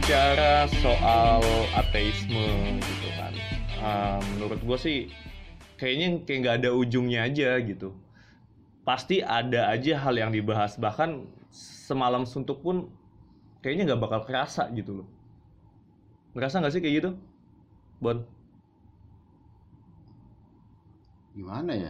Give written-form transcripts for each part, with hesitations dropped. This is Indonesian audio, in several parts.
bicara soal ateisme gitu kan, menurut gue sih kayaknya kayak nggak ada ujungnya aja gitu. Pasti ada aja hal yang dibahas, bahkan semalam suntuk pun kayaknya nggak bakal kerasa gitu loh. Ngerasa nggak sih kayak gitu, Bon? Gimana ya?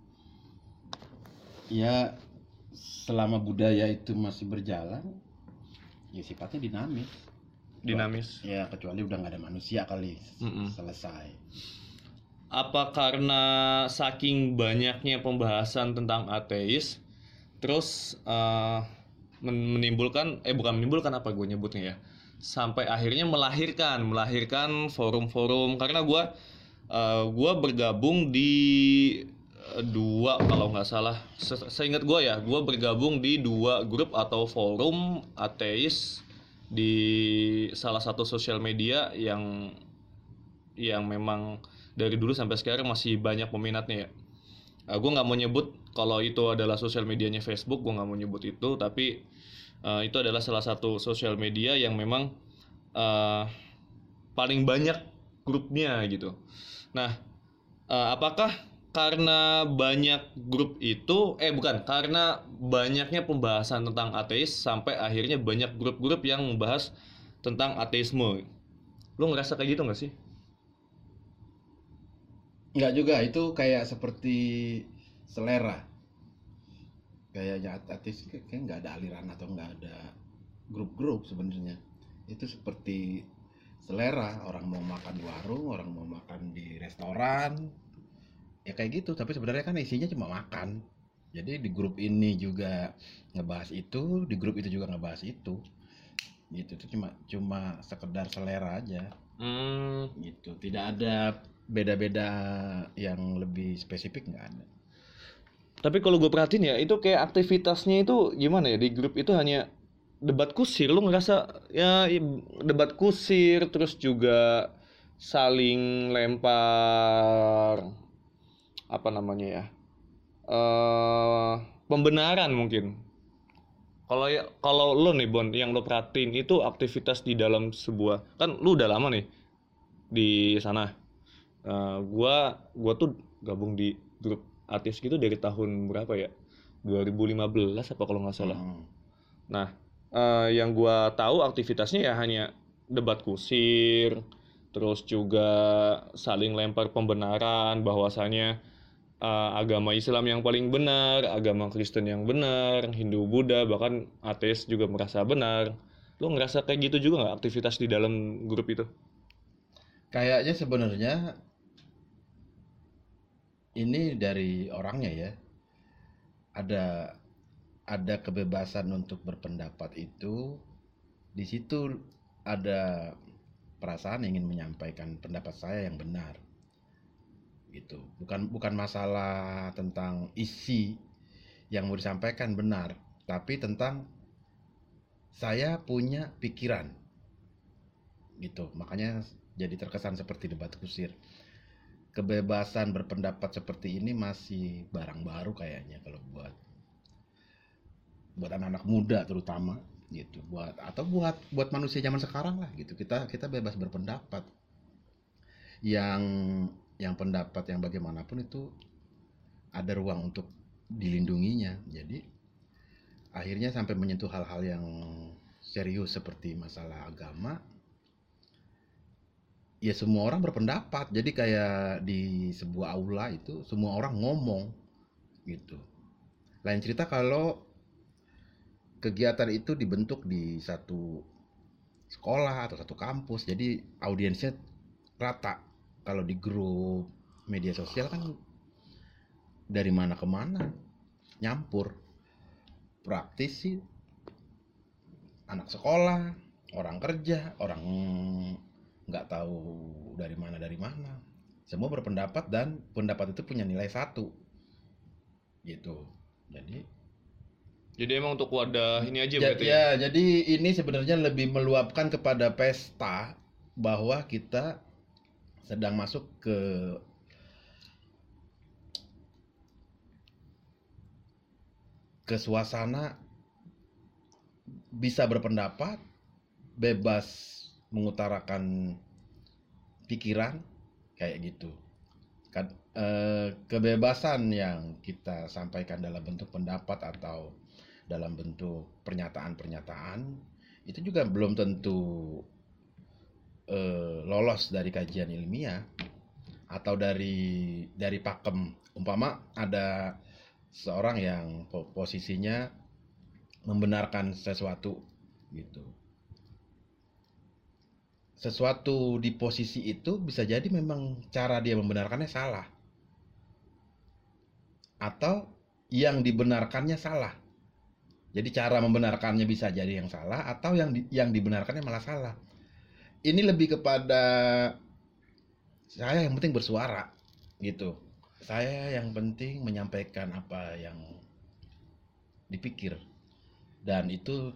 Ya, selama budaya itu masih berjalan, ya sifatnya dinamis. Dinamis. Ya, kecuali udah nggak ada manusia kali. Mm-mm. Selesai. Apa karena saking banyaknya pembahasan tentang ateis, terus menimbulkan, bukan menimbulkan, apa gue nyebutnya ya, sampai akhirnya melahirkan forum-forum. Karena gue bergabung di dua, kalau nggak salah, seingat gue ya, gue bergabung di dua grup atau forum ateis di salah satu sosial media yang memang dari dulu sampai sekarang masih banyak peminatnya ya. Gue nggak mau nyebut kalau itu adalah sosial medianya Facebook, gue nggak mau nyebut itu, tapi itu adalah salah satu sosial media yang memang uh, paling banyak grupnya gitu. Nah, apakah karena banyak grup itu, bukan, karena banyaknya pembahasan tentang ateis sampai akhirnya banyak grup-grup yang membahas tentang ateisme? Lu ngerasa kayak gitu nggak sih? Nggak juga, itu kayak seperti selera. Kayaknya artis kayak nggak ada aliran atau nggak ada grup-grup sebenarnya. Itu seperti selera, orang mau makan di warung, orang mau makan di restoran, ya kayak gitu. Tapi sebenarnya kan isinya cuma makan. Jadi di grup ini juga ngebahas itu, di grup itu juga ngebahas itu. Gitu, itu cuma cuma sekedar selera aja. Gitu, tidak ada beda-beda yang lebih spesifik, nggak ada. Tapi kalau gue perhatiin ya, itu kayak aktivitasnya itu gimana ya, di grup itu hanya debat kusir. Lu ngerasa ya, debat kusir, terus juga saling lempar, apa namanya ya, pembenaran mungkin. Kalau lo nih Bon, yang lo perhatiin itu aktivitas di dalam sebuah, kan lu udah lama nih di sana. Gua tuh gabung di grup ateis gitu dari tahun berapa ya, 2015 apa kalau nggak salah. Nah, yang gua tahu aktivitasnya ya hanya debat kusir, terus juga saling lempar pembenaran bahwasanya agama Islam yang paling benar, agama Kristen yang benar, Hindu, Buddha, bahkan ateis juga merasa benar. Lo ngerasa kayak gitu juga nggak aktivitas di dalam grup itu? Kayaknya sebenarnya ini dari orangnya ya. Ada ada kebebasan untuk berpendapat itu. Di situ ada perasaan ingin menyampaikan pendapat saya yang benar. Gitu. Bukan masalah tentang isi yang mau disampaikan benar, tapi tentang saya punya pikiran. Gitu. Makanya jadi terkesan seperti debat kusir. Kebebasan berpendapat seperti ini masih barang baru kayaknya kalau buat anak-anak muda terutama gitu, buat manusia zaman sekarang lah gitu. Kita bebas berpendapat, yang pendapat yang bagaimanapun itu ada ruang untuk dilindunginya. Jadi akhirnya sampai menyentuh hal-hal yang serius seperti masalah agama, ya semua orang berpendapat. Jadi kayak di sebuah aula itu semua orang ngomong gitu. Lain cerita kalau kegiatan itu dibentuk di satu sekolah atau satu kampus, jadi audiensnya rata. Kalau di grup media sosial kan dari mana ke mana nyampur. Praktis sih anak sekolah, orang kerja, orang nggak tahu dari mana, semua berpendapat dan pendapat itu punya nilai satu gitu. Jadi Emang untuk wadah ini aja berarti ya? ya, jadi ini sebenarnya lebih meluapkan kepada pesta bahwa kita sedang masuk ke suasana bisa berpendapat, bebas mengutarakan pikiran kayak gitu. Kebebasan yang kita sampaikan dalam bentuk pendapat atau dalam bentuk pernyataan-pernyataan itu juga belum tentu lolos dari kajian ilmiah atau dari pakem. Umpama ada seorang yang posisinya membenarkan sesuatu gitu. Sesuatu di posisi itu bisa jadi memang cara dia membenarkannya salah. Atau yang dibenarkannya salah. Jadi cara membenarkannya bisa jadi yang salah atau yang dibenarkannya malah salah. Ini lebih kepada saya yang penting bersuara gitu. Saya yang penting menyampaikan apa yang dipikir. Dan itu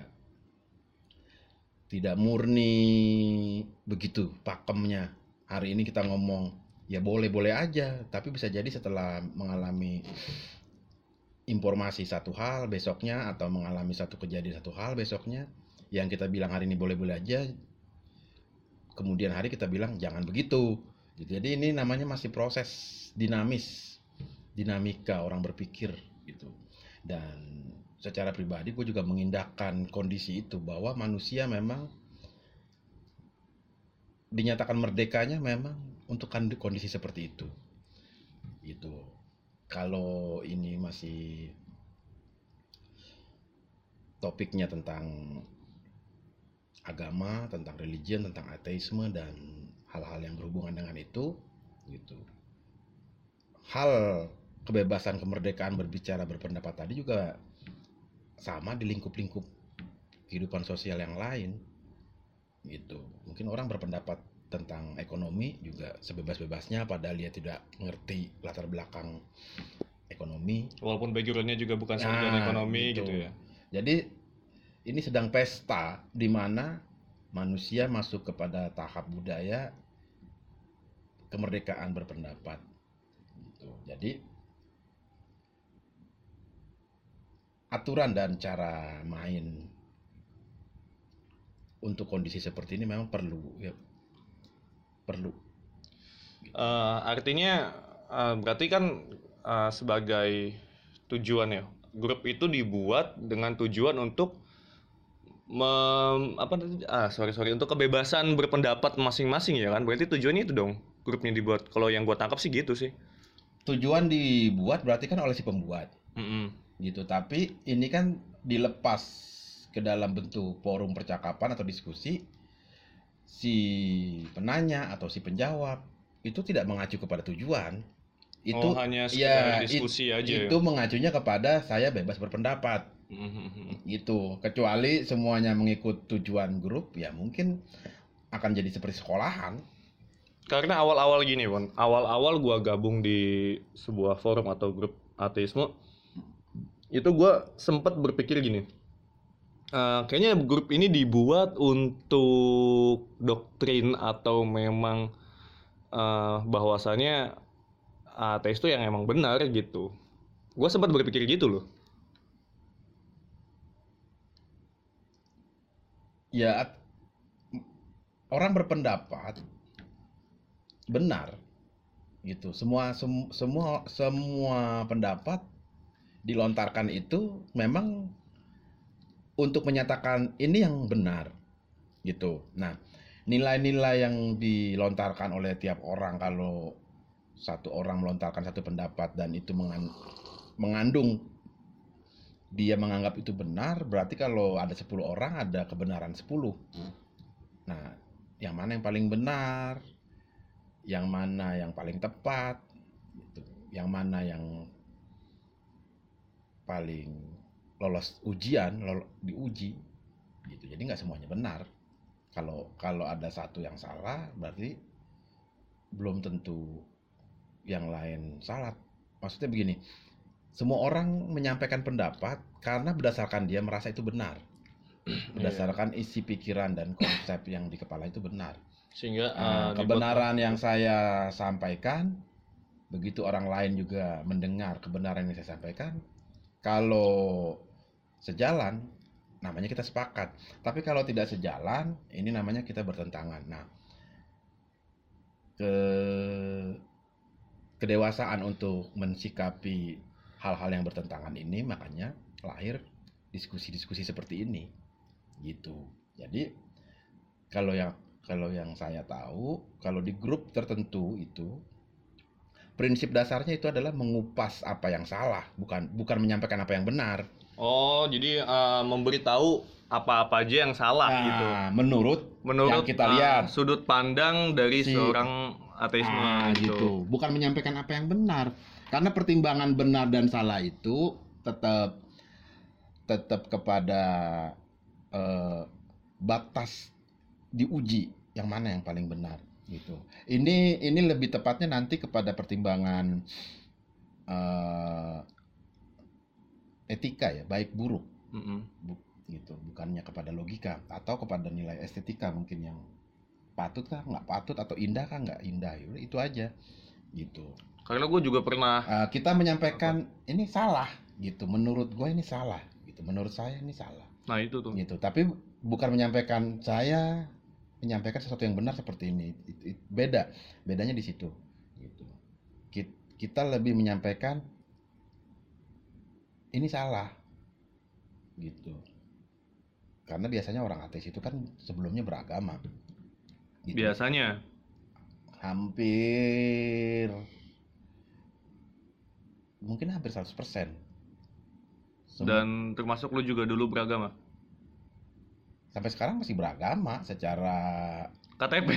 tidak murni begitu pakemnya. Hari ini kita ngomong ya boleh-boleh aja, tapi bisa jadi setelah mengalami informasi satu hal besoknya atau mengalami satu kejadian satu hal besoknya, yang kita bilang hari ini boleh-boleh aja, kemudian hari kita bilang jangan begitu. Jadi ini namanya masih proses dinamika orang berpikir gitu. Dan secara pribadi gue juga mengindahkan kondisi itu, bahwa manusia memang dinyatakan merdekanya memang untuk kondisi seperti itu gitu. Kalau ini masih topiknya tentang agama, tentang religion, tentang ateisme dan hal-hal yang berhubungan dengan itu gitu. Hal kebebasan, kemerdekaan berbicara, berpendapat tadi juga sama di lingkup-lingkup kehidupan sosial yang lain gitu. Mungkin orang berpendapat tentang ekonomi juga sebebas-bebasnya padahal dia tidak mengerti latar belakang ekonomi. Walaupun backgroundnya juga bukan sarjana ekonomi gitu ya. Jadi ini sedang pesta di mana manusia masuk kepada tahap budaya kemerdekaan berpendapat gitu. Jadi aturan dan cara main untuk kondisi seperti ini memang perlu. Artinya berarti kan sebagai tujuan ya, grup itu dibuat dengan tujuan untuk untuk kebebasan berpendapat masing-masing ya kan. Berarti tujuannya itu dong grupnya dibuat. Kalau yang gua tangkap sih gitu sih. Tujuan dibuat berarti kan oleh si pembuat. Gitu. Tapi ini kan dilepas ke dalam bentuk forum percakapan atau diskusi. Si penanya atau si penjawab itu tidak mengacu kepada tujuan. Itu hanya sekedar diskusi aja. Itu mengacunya kepada saya bebas berpendapat. Gitu. Kecuali semuanya mengikut tujuan grup, ya mungkin akan jadi seperti sekolahan. Karena awal-awal gini, Bon. Awal-awal gua gabung di sebuah forum atau grup ateisme, itu gua sempat berpikir gini. Kayaknya grup ini dibuat untuk doktrin atau memang bahwasannya ateis itu yang emang benar gitu. Gua sempat berpikir gitu loh. Ya, orang berpendapat benar gitu. Semua pendapat dilontarkan itu memang untuk menyatakan ini yang benar gitu. Nah, nilai-nilai yang dilontarkan oleh tiap orang, kalau satu orang melontarkan satu pendapat dan itu mengandung dia menganggap itu benar, berarti kalau ada 10 orang ada kebenaran 10. Nah, yang mana yang paling benar, yang mana yang paling tepat gitu. Yang mana yang paling lolos ujian, diuji gitu. Jadi nggak semuanya benar. Kalau ada satu yang salah, berarti belum tentu yang lain salah. Maksudnya begini, semua orang menyampaikan pendapat karena berdasarkan dia merasa itu benar, berdasarkan isi pikiran dan konsep yang di kepala itu benar. Sehingga kebenaran yang saya sampaikan, begitu orang lain juga mendengar kebenaran yang saya sampaikan, kalau sejalan namanya kita sepakat. Tapi kalau tidak sejalan, ini namanya kita bertentangan. Nah, kedewasaan untuk mensikapi hal-hal yang bertentangan ini makanya lahir diskusi-diskusi seperti ini gitu. Jadi kalau yang saya tahu, kalau di grup tertentu itu prinsip dasarnya itu adalah mengupas apa yang salah, bukan menyampaikan apa yang benar. Oh, jadi memberitahu apa-apa aja yang salah gitu. Nah, menurut yang kita lihat sudut pandang dari seorang ateisme gitu. Bukan menyampaikan apa yang benar. Karena pertimbangan benar dan salah itu tetap kepada batas diuji yang mana yang paling benar gitu. Ini lebih tepatnya nanti kepada pertimbangan etika ya, baik buruk. Gitu, bukannya kepada logika atau kepada nilai estetika mungkin yang patut kah nggak patut atau indah kah nggak indah, itu aja gitu. Karena gue juga pernah kita menyampaikan ini salah gitu, menurut gue ini salah gitu, menurut saya ini salah. Nah itu tuh gitu, tapi bukan menyampaikan sesuatu yang benar seperti ini. Bedanya di situ gitu. Kita lebih menyampaikan ini salah gitu. Karena biasanya orang ateis itu kan sebelumnya beragama. Gitu. Biasanya mungkin hampir 100%. Dan termasuk lu juga dulu beragama? Sampai sekarang masih beragama secara KTP.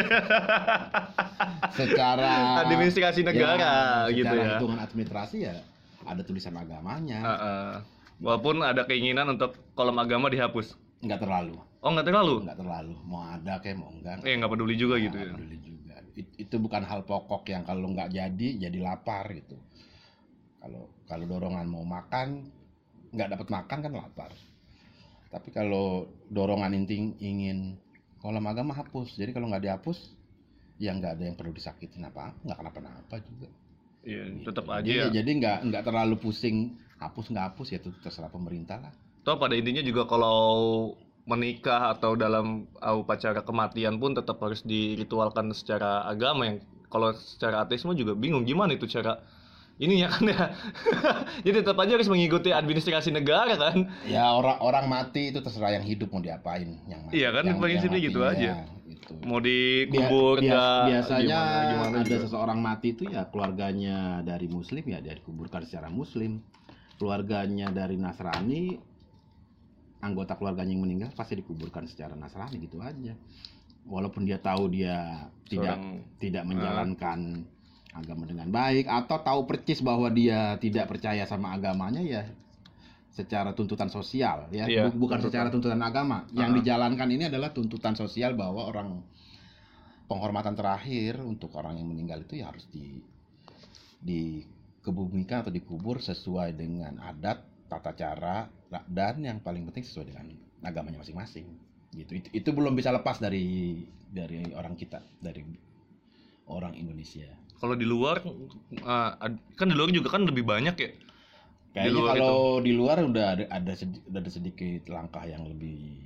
secara administrasi negara gitu ya. Secara hitungan administrasi ya ada tulisan agamanya. Walaupun ada keinginan untuk kolom agama dihapus. Nggak terlalu. Oh, nggak terlalu? Nggak terlalu. Mau ada kayak mau enggak. Nggak peduli juga gitu ya. Peduli juga. Itu bukan hal pokok yang kalau nggak jadi lapar gitu. Kalau dorongan mau makan, nggak dapat makan kan lapar. Tapi kalau dorongan ingin kolom agama hapus. Jadi kalau nggak dihapus, ya nggak ada yang perlu disakitin apa-apa, nggak kenapa-napa juga. Iya, gitu. Tetap aja ya. Jadi nggak terlalu pusing hapus nggak hapus, ya itu terserah pemerintah lah. Toh pada intinya juga kalau menikah atau dalam upacara kematian pun tetap harus diritualkan secara agama, yang kalau secara ateisme juga bingung gimana itu cara ininya kan ya. Jadi tetap aja harus mengikuti administrasi negara kan. Ya orang mati itu terserah yang hidup mau diapain, yang mati. Iya kan, prinsipnya gitu aja. Gitu. Mau dikubur biasanya gimana ada juga. Seseorang mati itu ya keluarganya dari muslim ya dia dikuburkan secara muslim. Keluarganya dari Nasrani, anggota keluarganya yang meninggal pasti dikuburkan secara Nasrani gitu aja. Walaupun dia tahu dia tidak menjalankan agama dengan baik atau tahu percis bahwa dia tidak percaya sama agamanya, ya secara tuntutan sosial ya, bukan secara tuntutan agama. Yang dijalankan ini adalah tuntutan sosial bahwa orang penghormatan terakhir untuk orang yang meninggal itu ya harus dikebumikan atau dikubur sesuai dengan adat, tata cara, dan yang paling penting sesuai dengan agamanya masing-masing. Gitu. Itu belum bisa lepas dari orang kita, dari orang Indonesia. Kalau di luar kan di luar juga kan lebih banyak ya. Kayaknya kalau di luar udah ada sedikit langkah yang lebih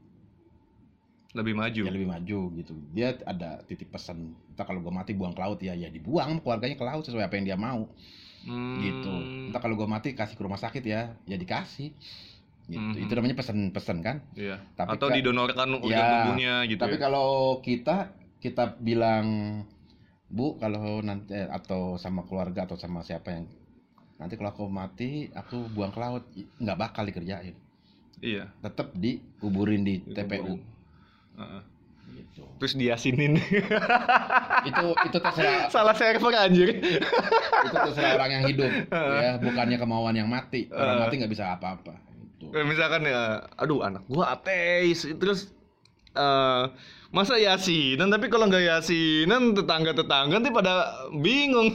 maju. Ya lebih maju gitu. Dia ada titip pesan, entah kalau gue mati buang ke laut ya dibuang keluarganya ke laut sesuai apa yang dia mau. Gitu. Entah kalau gue mati kasih ke rumah sakit ya dikasih. Gitu. Itu namanya pesan-pesan kan? Iya. Atau didonorkan organ tubuhnya gitu. Tapi kalau kita bilang, Bu, kalau nanti atau sama keluarga atau sama siapa yang nanti kalau aku mati aku buang ke laut, nggak bakal dikerjain. Iya. Tetap dikuburin di TPU. Gitu. Terus diasinin. itu terserah. Salah server anjir. Itu terserah orang yang hidup ya, bukannya kemauan yang mati. Orang mati nggak bisa apa-apa. Gitu. Misalkan ya, aduh anak gua ateis, terus masa yasinan, tapi kalau nggak yasinan tetangga nanti pada bingung.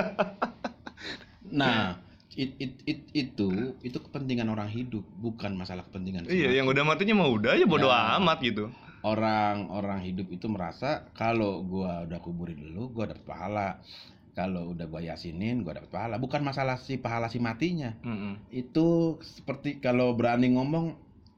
Nah, itu kepentingan orang hidup, bukan masalah kepentingan. Iya, yang udah matinya mah udah ya bodo amat gitu. Orang hidup itu merasa kalau gua udah kuburin dulu, gua dapat pahala. Kalau udah gua yasinin, gua dapat pahala. Bukan masalah si pahala si matinya. Itu seperti kalau berani ngomong,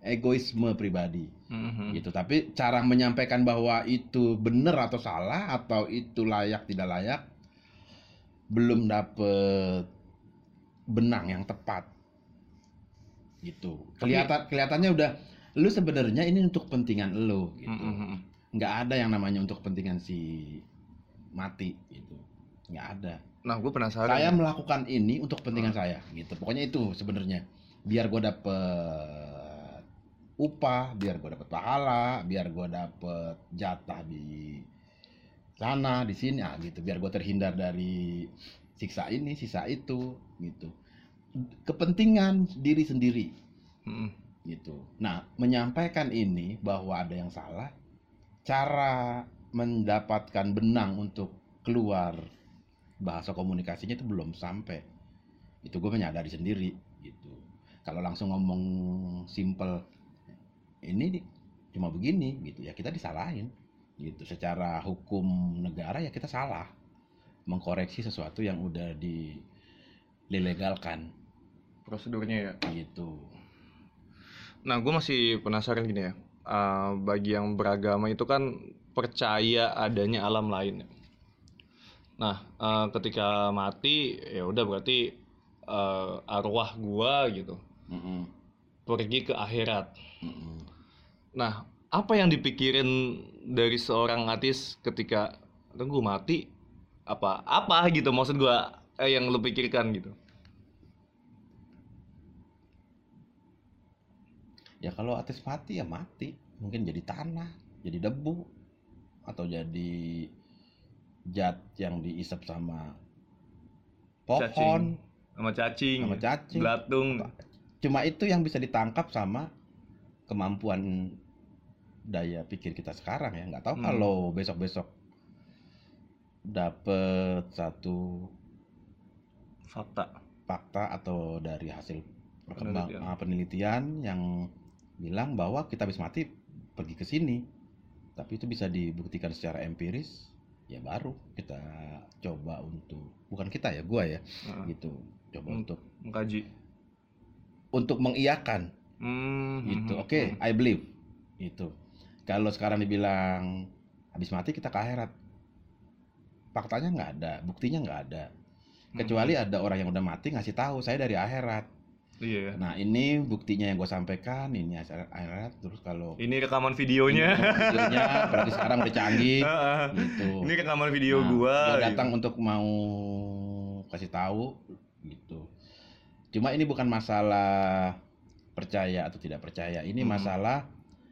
egoisme pribadi. Mhm. Gitu. Tapi cara menyampaikan bahwa itu benar atau salah atau itu layak tidak layak belum dapet benang yang tepat. Gitu. Kelihatannya udah lu sebenarnya ini untuk kepentingan lu gitu. Nggak ada yang namanya untuk kepentingan si mati gitu. Nggak ada. Nah, gue penasaran. Saya melakukan ini untuk kepentingan saya gitu. Pokoknya itu sebenarnya. Biar gue dapet upah, biar gue dapet pahala, biar gue dapet jatah di sana, di sini, gitu. Biar gue terhindar dari siksa ini, sisa itu, gitu. Kepentingan diri sendiri, gitu. Nah, menyampaikan ini bahwa ada yang salah, cara mendapatkan benang untuk keluar bahasa komunikasinya itu belum sampai. Itu gue menyadari sendiri gitu. Kalau langsung ngomong simple ini cuma begini gitu ya, kita disalahin gitu. Secara hukum negara ya kita salah mengkoreksi sesuatu yang udah dilegalkan prosedurnya ya gitu. Nah, gue masih penasaran gini ya. Bagi yang beragama itu kan percaya adanya alam lain. Nah, ketika mati ya udah berarti arwah gua gitu pergi ke akhirat. Nah, apa yang dipikirin dari seorang ateis ketika gue mati apa gitu, maksud gua yang lu pikirkan gitu? Ya kalau ateis mati ya mati, mungkin jadi tanah, jadi debu, atau jadi zat yang diisap sama pohon, cacing, belatung. Cuma itu yang bisa ditangkap sama kemampuan daya pikir kita sekarang ya. Nggak tahu kalau besok-besok dapet satu fakta atau dari hasil penelitian yang bilang bahwa kita habis mati pergi ke sini, tapi itu bisa dibuktikan secara empiris. Ya baru kita coba untuk, bukan kita ya, gua ya, gitu, coba untuk mengkaji, untuk mengiyakan, gitu. Oke, I believe, gitu. Kalau sekarang dibilang habis mati kita ke akhirat, faktanya nggak ada, buktinya nggak ada, kecuali ada orang yang udah mati ngasih tahu saya dari akhirat. Iya. Nah ini buktinya yang gue sampaikan, ini akhirat. Terus kalau ini rekaman videonya, berarti sekarang udah canggih, gitu. Ini rekaman video gue datang gitu untuk mau kasih tahu, gitu. Cuma ini bukan masalah percaya atau tidak percaya, ini masalah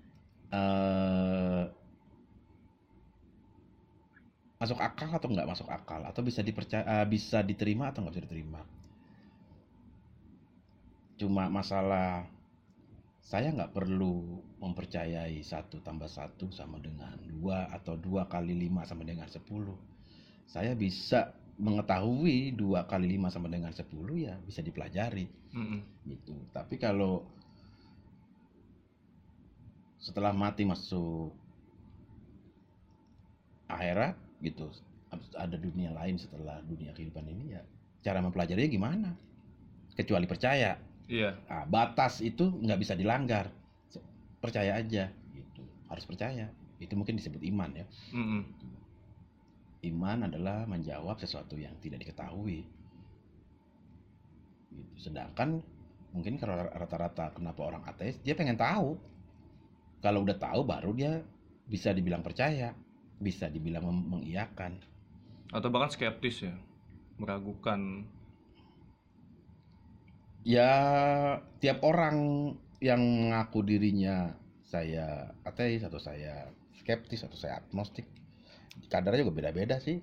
masuk akal atau nggak masuk akal, atau bisa dipercaya, bisa diterima atau nggak bisa diterima. Cuma masalah saya nggak perlu mempercayai 1 + 1 sama dengan 2 atau 2 × 5 sama dengan 10. Saya bisa mengetahui 2 × 5 sama dengan 10 ya bisa dipelajari, gitu. Tapi kalau setelah mati masuk akhirat gitu, ada dunia lain setelah dunia kehidupan ini, ya cara mempelajarinya gimana? Kecuali percaya. Iya. Nah, batas itu nggak bisa dilanggar. Percaya aja, gitu. Harus percaya. Itu mungkin disebut iman ya. Iman adalah menjawab sesuatu yang tidak diketahui. Gitu. Sedangkan mungkin kalau rata-rata kenapa orang ateis, dia pengen tahu. Kalau udah tahu baru dia bisa dibilang percaya, bisa dibilang mengiyakan. Atau bahkan skeptis ya, meragukan. Ya tiap orang yang mengaku dirinya saya ateis atau saya skeptis atau saya agnostik, kadarnya juga beda-beda sih,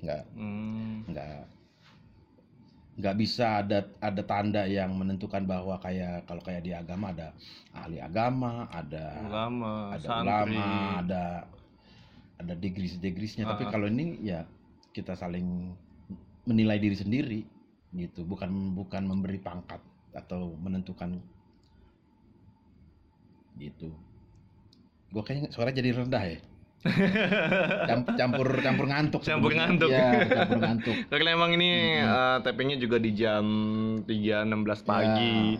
nggak bisa ada tanda yang menentukan bahwa kalau kayak di agama ada ahli agama, ada ulama, ada degrees-degreesnya. Tapi kalau ini ya kita saling menilai diri sendiri, gitu, bukan memberi pangkat atau menentukan, gitu. Gue kayaknya suara jadi rendah ya. campur ngantuk. Ya, campur ngantuk. Karena emang ini tappingnya juga di jam 3.16 pagi.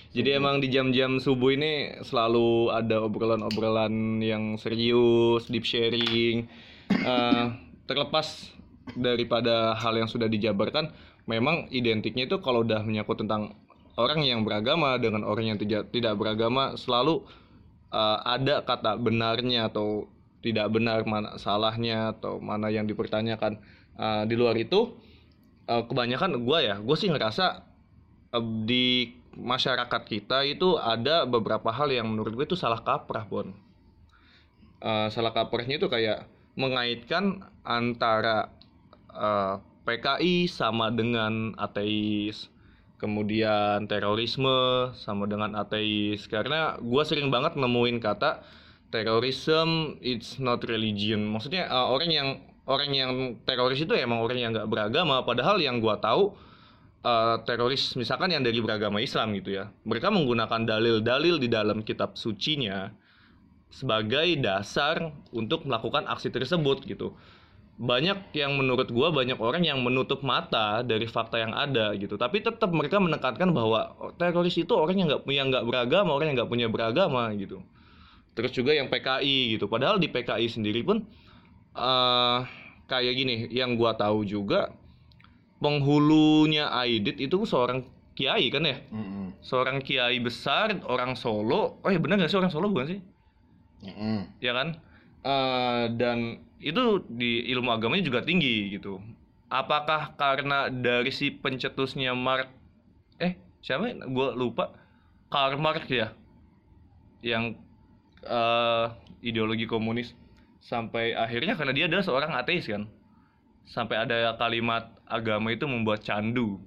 Jadi emang di jam-jam subuh ini selalu ada obrolan-obrolan yang serius, deep sharing. Eh, Terlepas daripada hal yang sudah dijabarkan, memang identiknya itu kalau udah menyangkut tentang orang yang beragama dengan orang yang tidak beragama, selalu ada kata benarnya atau tidak benar, mana salahnya atau mana yang dipertanyakan. Di luar itu, kebanyakan gue sih ngerasa di masyarakat kita itu ada beberapa hal yang menurut gue itu salah kaprah, Bon. Salah kaprahnya itu kayak mengaitkan antara PKI sama dengan ateis, kemudian terorisme sama dengan ateis. Karena gue sering banget nemuin kata terrorism it's not religion. Maksudnya orang yang teroris itu emang orang yang nggak beragama. Padahal yang gue tahu teroris misalkan yang dari beragama Islam gitu ya, mereka menggunakan dalil-dalil di dalam kitab sucinya sebagai dasar untuk melakukan aksi tersebut gitu. Banyak yang menurut gua, banyak orang yang menutup mata dari fakta yang ada gitu, tapi tetap mereka menekankan bahwa teroris itu orang yang nggak beragama, orang yang nggak punya beragama gitu. Terus juga yang PKI gitu, padahal di PKI sendiri pun eh kayak gini, yang gua tahu juga penghulunya Aidit itu seorang kiai kan ya, seorang kiai besar orang Solo. Oh ya benar nggak sih, orang Solo bukan sih? Ya kan. Dan itu di ilmu agamanya juga tinggi gitu. Apakah karena dari si pencetusnya siapa ya? Gue lupa, Karl Marx ya, yang eh, ideologi komunis, sampai akhirnya karena dia adalah seorang ateis kan, sampai ada kalimat agama itu membuat candu,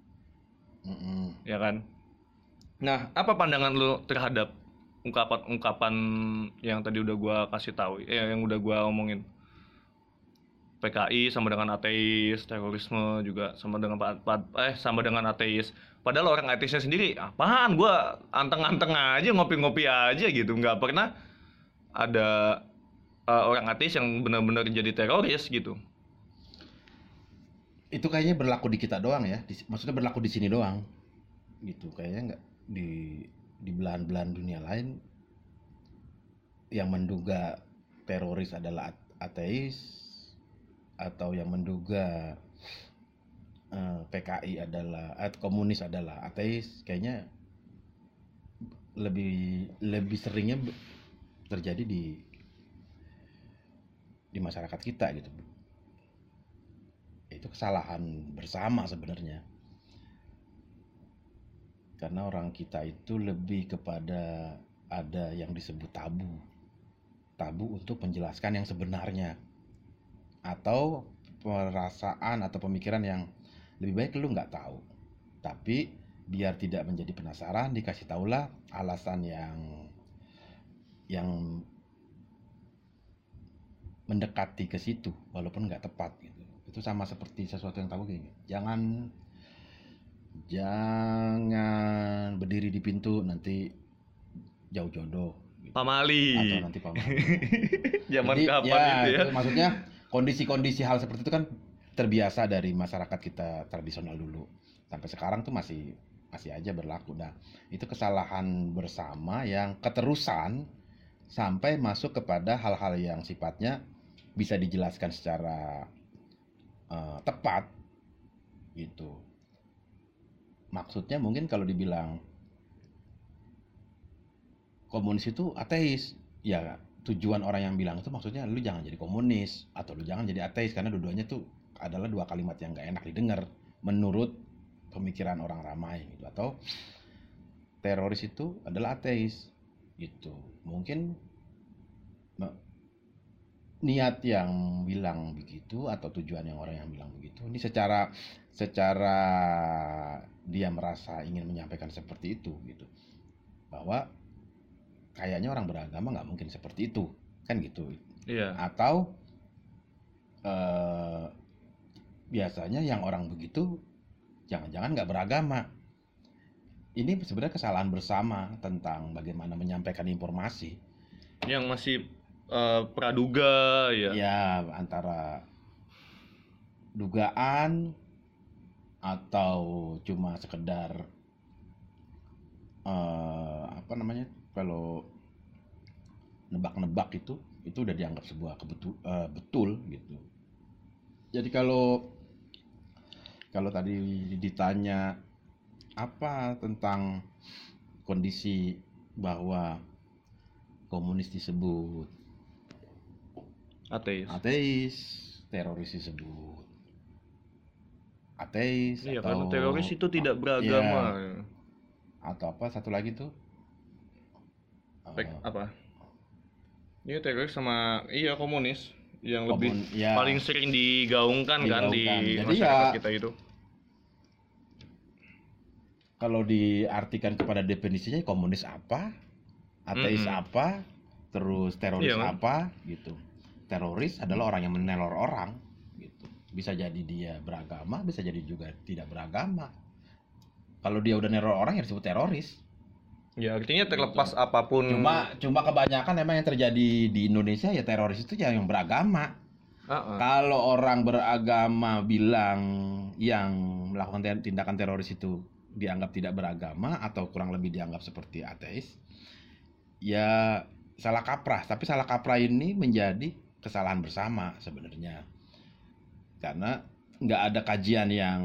ya kan. Nah, apa pandangan lu terhadap ungkapan-ungkapan yang tadi udah gua kasih tahu, yang udah gua omongin? PKI sama dengan ateis, terorisme juga sama dengan sama dengan ateis. Padahal orang ateisnya sendiri, apaan gua anteng-anteng aja, ngopi-ngopi aja gitu, nggak pernah ada orang ateis yang benar-benar jadi teroris gitu. Itu kayaknya berlaku di kita doang ya, maksudnya berlaku di sini doang gitu. Kayaknya nggak di belahan-belahan dunia lain yang menduga teroris adalah ateis, atau yang menduga PKI adalah komunis adalah ateis, kayaknya lebih seringnya terjadi di masyarakat kita gitu. Itu kesalahan bersama sebenarnya, karena orang kita itu lebih kepada ada yang disebut tabu untuk menjelaskan yang sebenarnya, atau perasaan atau pemikiran yang lebih baik lu nggak tahu, tapi biar tidak menjadi penasaran dikasih taulah alasan yang mendekati ke situ walaupun nggak tepat gitu. Itu sama seperti sesuatu yang tabu gini, jangan berdiri di pintu nanti jauh jodoh gitu. Pamali. Atau nanti pamali. Zaman jadi, kapan itu ya? Itu maksudnya kondisi-kondisi hal seperti itu kan terbiasa dari masyarakat kita tradisional dulu sampai sekarang tuh masih aja berlaku. Nah, itu kesalahan bersama yang keterusan sampai masuk kepada hal-hal yang sifatnya bisa dijelaskan secara tepat gitu. Maksudnya mungkin kalau dibilang komunis itu ateis, ya tujuan orang yang bilang itu maksudnya lu jangan jadi komunis atau lu jangan jadi ateis, karena dua-duanya tuh adalah dua kalimat yang gak enak didengar menurut pemikiran orang ramai gitu. Atau teroris itu adalah ateis gitu. Mungkin niat yang bilang begitu atau tujuan yang orang yang bilang begitu ini secara dia merasa ingin menyampaikan seperti itu gitu, bahwa kayaknya orang beragama nggak mungkin seperti itu kan gitu. Iya. Atau biasanya yang orang begitu jangan-jangan nggak beragama. Ini sebenarnya kesalahan bersama tentang bagaimana menyampaikan informasi Yang masih praduga ya. Ya, antara dugaan atau cuma sekedar apa namanya, kalau nebak-nebak itu udah dianggap sebuah betul gitu. Jadi kalau tadi ditanya apa tentang kondisi bahwa komunis disebut Ateis. teroris disebut ateis, Iya, atau karena teroris itu tidak beragama. ya, atau apa satu lagi tuh, Apa? Iya, teroris sama komunis yang lebih ya, paling sering digaungkan kan di Jadi masyarakat ya, kita itu. kalau diartikan kepada definisinya, komunis apa, ateis apa, terus teroris Iya, kan? apa gitu. Teroris adalah orang yang meneror orang gitu. Bisa jadi dia beragama, bisa jadi juga tidak beragama. Kalau dia udah neror orang ya disebut teroris. Ya, artinya terlepas apapun. Cuma kebanyakan emang yang terjadi di Indonesia ya teroris itu yang beragama. Kalau orang beragama bilang yang melakukan tindakan teroris itu dianggap tidak beragama atau kurang lebih dianggap seperti ateis, ya salah kaprah. Tapi salah kaprah ini menjadi kesalahan bersama sebenarnya, karena nggak ada kajian yang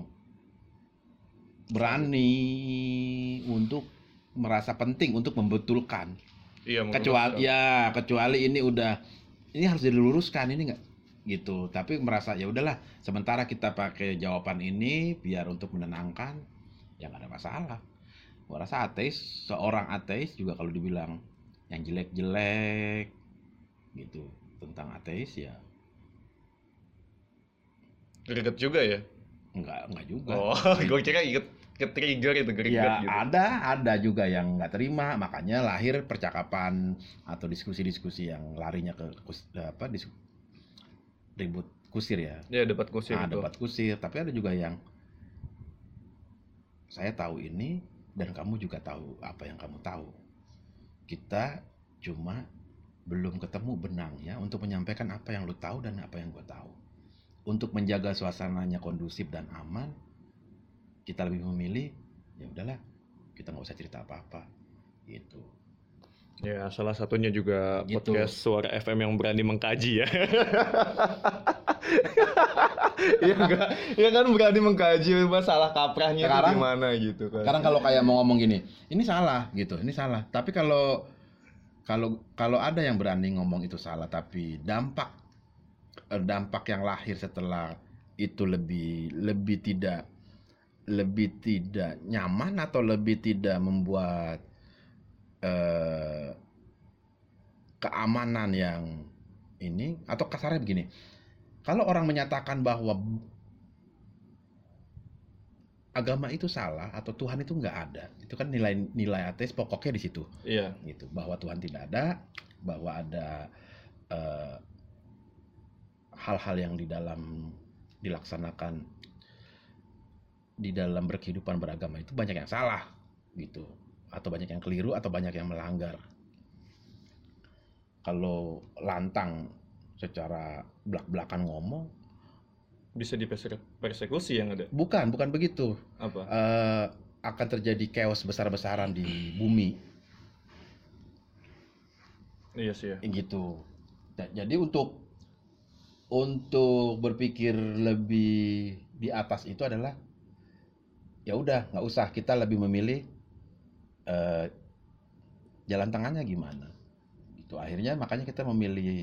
berani untuk merasa penting untuk membetulkan. Iya, kecuali ini harus diluruskan, ini nggak gitu. Tapi merasa ya udahlah, sementara kita pakai jawaban ini biar untuk menenangkan, ya nggak ada masalah. Gua rasa seorang ateis juga kalau dibilang yang jelek-jelek gitu tentang ateis ya greget juga ya. Enggak juga. Gue kira ke-trigger itu greget ya, gitu. ada juga yang nggak terima, makanya lahir percakapan atau diskusi-diskusi yang larinya ke ribut kusir ya. Ya, debat kusir itu. Debat kusir, tapi ada juga yang saya tahu ini dan kamu juga tahu apa yang kamu tahu. Kita cuma belum ketemu benangnya untuk menyampaikan apa yang lu tahu dan apa yang gua tahu. Untuk menjaga suasananya kondusif dan aman, kita lebih memilih ya udahlah, kita nggak usah cerita apa-apa gitu. Ya, salah satunya juga gitu. Podcast Suara FM yang berani mengkaji ya. Ya kan berani mengkaji masalah kaprahnya itu gimana gitu kan. Sekarang kalau kayak mau ngomong gini, ini salah gitu, ini salah. Tapi kalau ada yang berani ngomong itu salah, tapi dampak yang lahir setelah itu lebih tidak nyaman atau lebih tidak membuat keamanan yang ini, atau kasarnya begini, kalau orang menyatakan bahwa agama itu salah atau Tuhan itu nggak ada, itu kan nilai ateis pokoknya di situ. Iya. Gitu, bahwa Tuhan tidak ada, bahwa ada hal-hal yang dilaksanakan di dalam berkehidupan beragama itu banyak yang salah gitu, atau banyak yang keliru, atau banyak yang melanggar. Kalau lantang secara belak-belakan ngomong, bisa dipersekusi yang ada. Bukan begitu. Apa? Akan terjadi chaos besar-besaran di bumi. Iya sih ya. Gitu. Jadi untuk berpikir lebih di atas itu adalah ya udah, nggak usah, kita lebih memilih jalan tengahnya gimana. Itu akhirnya makanya kita memilih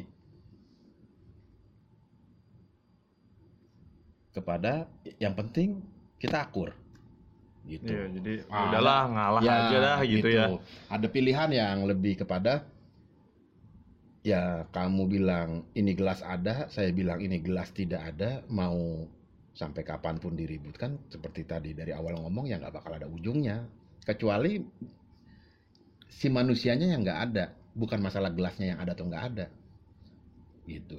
kepada yang penting kita akur gitu. Iya, jadi udahlah ngalah aja dah gitu ya. Ada pilihan yang lebih kepada ya, kamu bilang ini gelas ada, saya bilang ini gelas tidak ada, mau sampai kapanpun diributkan seperti tadi dari awal ngomong ya nggak bakal ada ujungnya, kecuali si manusianya yang nggak ada, bukan masalah gelasnya yang ada atau nggak ada gitu.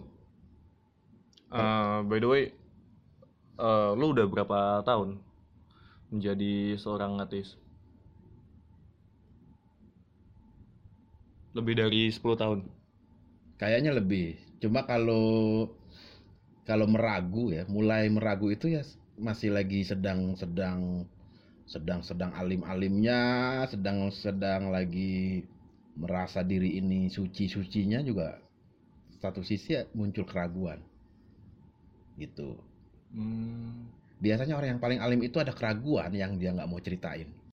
By the way, lu udah berapa tahun menjadi seorang ateis? Lebih dari 10 tahun? Kayaknya lebih. Cuma kalau meragu ya, mulai meragu itu ya masih lagi sedang sedang alim-alimnya, sedang lagi merasa diri ini suci-sucinya juga satu sisi muncul keraguan gitu. Hmm. Biasanya orang yang paling alim itu ada keraguan yang dia nggak mau ceritain.